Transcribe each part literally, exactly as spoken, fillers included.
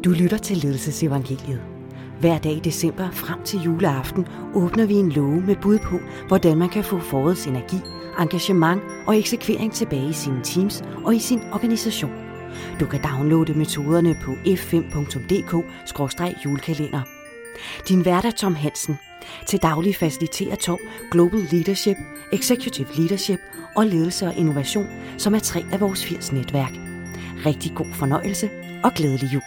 Du lytter til Ledelsesevangeliet. Hver dag i december frem til juleaften åbner vi en låge med bud på, hvordan man kan få forårets energi, engagement og eksekvering tilbage i sine teams og i sin organisation. Du kan downloade metoderne på f fem punktum d k skråstreg julekalender. Din vært er Tom Hansen. Til daglig faciliterer Tom Global Leadership, Executive Leadership og Ledelse og Innovation, som er tre af vores firs netværk. Rigtig god fornøjelse og glædelig jul.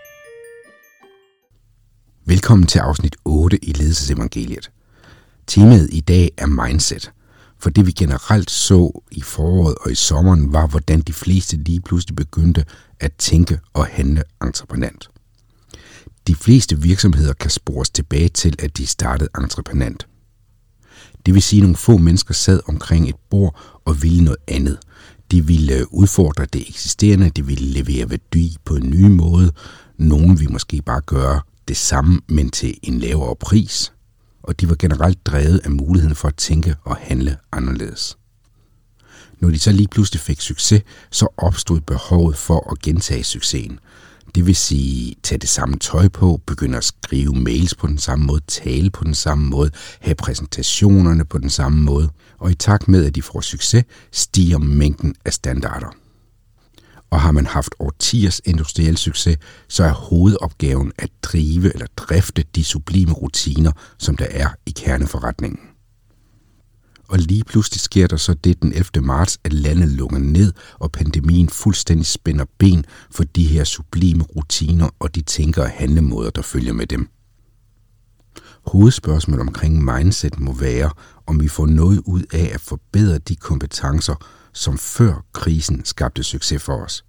Velkommen til afsnit otte i Ledelsesevangeliet. Temaet i dag er mindset, for det vi generelt så i foråret og i sommeren var, hvordan de fleste lige pludselig begyndte at tænke og handle entreprenant. De fleste virksomheder kan spores tilbage til, at de startede entreprenant. Det vil sige, at nogle få mennesker sad omkring et bord og ville noget andet. De ville udfordre det eksisterende, de ville levere værdi på en ny måde. Nogle ville måske bare gøre det samme, men til en lavere pris. Og de var generelt drevet af muligheden for at tænke og handle anderledes. Når de så lige pludselig fik succes, så opstod behovet for at gentage succesen. Det vil sige, tage det samme tøj på, begynde at skrive mails på den samme måde, tale på den samme måde, have præsentationerne på den samme måde. Og i takt med, at de får succes, stiger mængden af standarder. Og har man haft årtiers industriel succes, så er hovedopgaven at drive eller drifte de sublime rutiner, som der er i kerneforretningen. Og lige pludselig sker der så det den ellevte marts, at landet lukker ned, og pandemien fuldstændig spænder ben for de her sublime rutiner og de tænker og handlemåder, der følger med dem. Hovedspørgsmålet omkring mindset må være, om vi får noget ud af at forbedre de kompetencer, som før krisen skabte succes for os.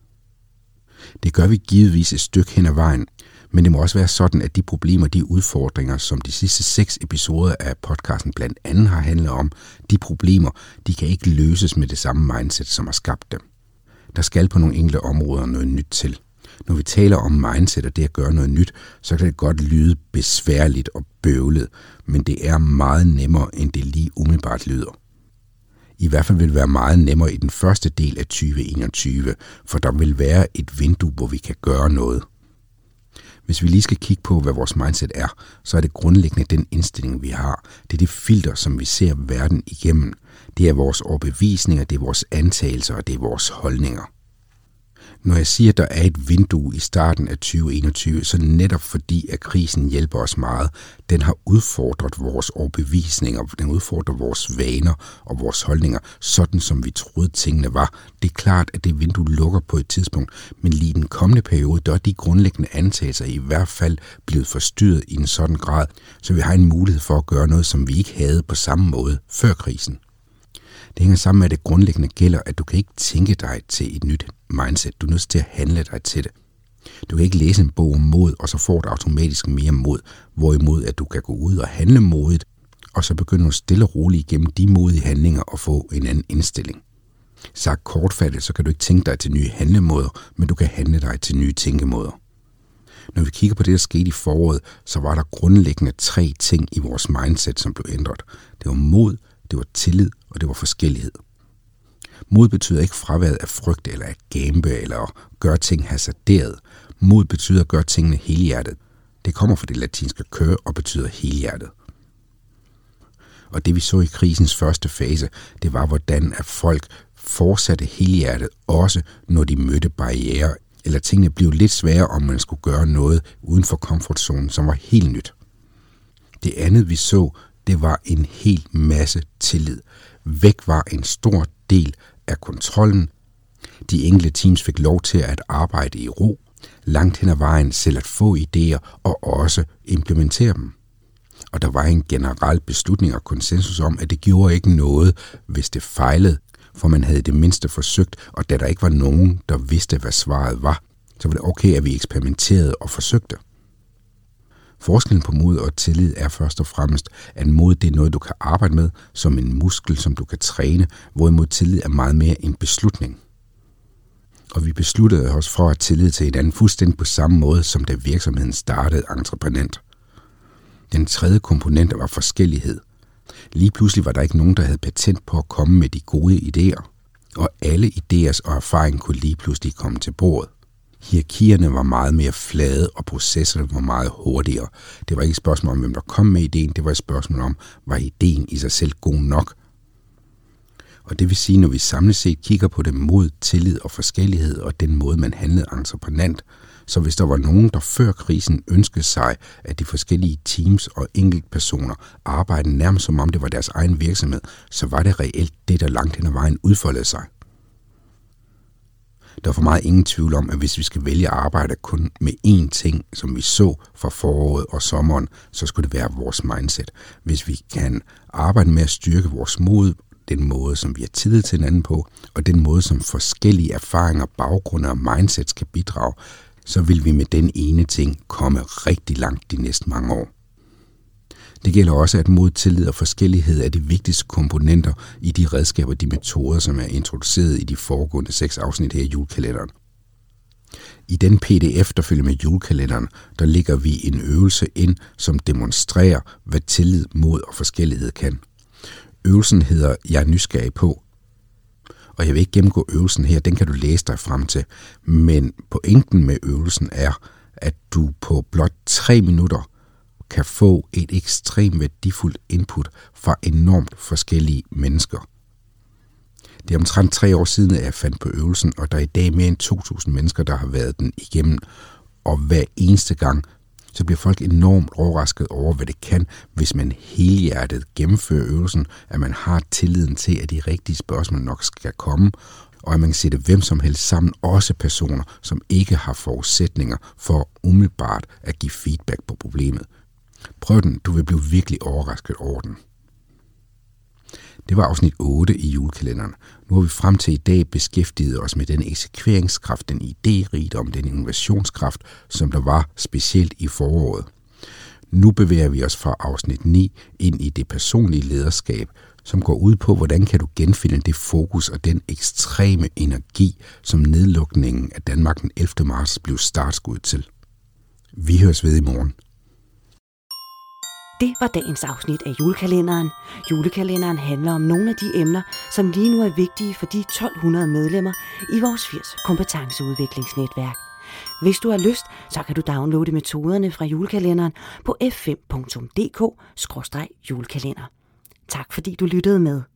Det gør vi givetvis et stykke hen ad vejen, men det må også være sådan, at de problemer, de udfordringer, som de sidste seks episoder af podcasten blandt andet har handlet om, de problemer, de kan ikke løses med det samme mindset, som har skabt dem. Der skal på nogle enkelte områder noget nyt til. Når vi taler om mindset og det at gøre noget nyt, så kan det godt lyde besværligt og bøvlet, men det er meget nemmere, end det lige umiddelbart lyder. I hvert fald vil det være meget nemmere i den første del af tyve enogtyve, for der vil være et vindue, hvor vi kan gøre noget. Hvis vi lige skal kigge på, hvad vores mindset er, så er det grundlæggende den indstilling, vi har. Det er det filter, som vi ser verden igennem. Det er vores overbevisninger, det er vores antagelser og det er vores holdninger. Når jeg siger, at der er et vindue i starten af tyve enogtyve, så netop fordi, at krisen hjælper os meget, den har udfordret vores overbevisninger, den udfordrer vores vaner og vores holdninger, sådan som vi troede tingene var. Det er klart, at det vindue lukker på et tidspunkt, men lige i den kommende periode, der er de grundlæggende antagelser i hvert fald blevet forstyrret i en sådan grad, så vi har en mulighed for at gøre noget, som vi ikke havde på samme måde før krisen. Det hænger sammen med, at det grundlæggende gælder, at du kan ikke tænke dig til et nyt mindset. Du er nødt til at handle dig til det. Du kan ikke læse en bog om mod, og så får du automatisk mere mod, hvorimod at du kan gå ud og handle modigt, og så begynder du stille og roligt igennem de modige handlinger og få en anden indstilling. Sagt kortfattet, så kan du ikke tænke dig til nye handlemåder, men du kan handle dig til nye tænkemåder. Når vi kigger på det, der skete i foråret, så var der grundlæggende tre ting i vores mindset, som blev ændret. Det var mod, det var tillid, og det var forskellighed. Mod betyder ikke fraværet af frygt eller at gamble eller at gøre ting hasarderet. Mod betyder at gøre tingene helhjertet. Det kommer fra det latinske cœur og betyder helhjertet. Og det vi så i krisens første fase, det var hvordan at folk fortsatte helhjertet, også når de mødte barrierer, eller tingene blev lidt sværere, om man skulle gøre noget uden for komfortzonen, som var helt nyt. Det andet vi så, det var en hel masse tillid. Væk var en stor del af kontrollen. De enkelte teams fik lov til at arbejde i ro, langt hen ad vejen selv at få idéer og også implementere dem. Og der var en generel beslutning og konsensus om, at det gjorde ikke noget, hvis det fejlede, for man havde det mindste forsøgt, og da der ikke var nogen, der vidste, hvad svaret var, så var det okay, at vi eksperimenterede og forsøgte. Forskellen på mod og tillid er først og fremmest, at mod det er noget, du kan arbejde med som en muskel, som du kan træne, hvorimod tillid er meget mere en beslutning. Og vi besluttede os for at tillid til hinanden fuldstændig på samme måde, som da virksomheden startede entreprenant. Den tredje komponent var forskellighed. Lige pludselig var der ikke nogen, der havde patent på at komme med de gode idéer, og alle idéers og erfaring kunne lige pludselig komme til bordet. Hierarkierne var meget mere flade, og processerne var meget hurtigere. Det var ikke et spørgsmål om, hvem der kom med ideen, det var et spørgsmål om, var ideen i sig selv god nok? Og det vil sige, når vi samlet set kigger på det mod tillid og forskellighed og den måde, man handlede entreprenant, så hvis der var nogen, der før krisen ønskede sig, at de forskellige teams og enkeltpersoner arbejdede nærmest som om det var deres egen virksomhed, så var det reelt det, der langt hen ad vejen udfoldede sig. Der var for meget ingen tvivl om, at hvis vi skal vælge at arbejde kun med én ting, som vi så fra foråret og sommeren, så skulle det være vores mindset. Hvis vi kan arbejde med at styrke vores mod, den måde, som vi har tillid til hinanden på, og den måde, som forskellige erfaringer, baggrunde og mindsets kan bidrage, så vil vi med den ene ting komme rigtig langt de næste mange år. Det gælder også, at mod, tillid og forskellighed er de vigtigste komponenter i de redskaber, de metoder, som er introduceret i de foregående seks afsnit her i julekalenderen. I den P D F, der følger med julekalenderen, der lægger vi en øvelse ind, som demonstrerer, hvad tillid, mod og forskellighed kan. Øvelsen hedder Jeg er nysgerrig på, og jeg vil ikke gennemgå øvelsen her, den kan du læse dig frem til, men pointen med øvelsen er, at du på blot tre minutter kan få et ekstremt værdifuldt input fra enormt forskellige mennesker. Det er omtrent tre år siden, at jeg fandt på øvelsen, og der er i dag mere end to tusind mennesker, der har været den igennem, og hver eneste gang, så bliver folk enormt overrasket over, hvad det kan, hvis man helhjertet gennemfører øvelsen, at man har tilliden til, at de rigtige spørgsmål nok skal komme, og at man kan sætte hvem som helst sammen, også personer, som ikke har forudsætninger for umiddelbart at give feedback på problemet. Prøv den, du vil blive virkelig overrasket over den. Det var afsnit otte i julekalenderen. Nu har vi frem til i dag beskæftiget os med den eksekveringskraft, den idérigdom, den innovationskraft, som der var specielt i foråret. Nu bevæger vi os fra afsnit ni ind i det personlige lederskab, som går ud på, hvordan kan du genfinde det fokus og den ekstreme energi, som nedlukningen af Danmark den ellevte marts blev startskud til. Vi høres ved i morgen. Det var dagens afsnit af julekalenderen. Julekalenderen handler om nogle af de emner, som lige nu er vigtige for de tolv hundrede medlemmer i vores firs kompetenceudviklingsnetværk. Hvis du har lyst, så kan du downloade metoderne fra julekalenderen på f fem punktum d k skråstreg julekalender. Tak fordi du lyttede med.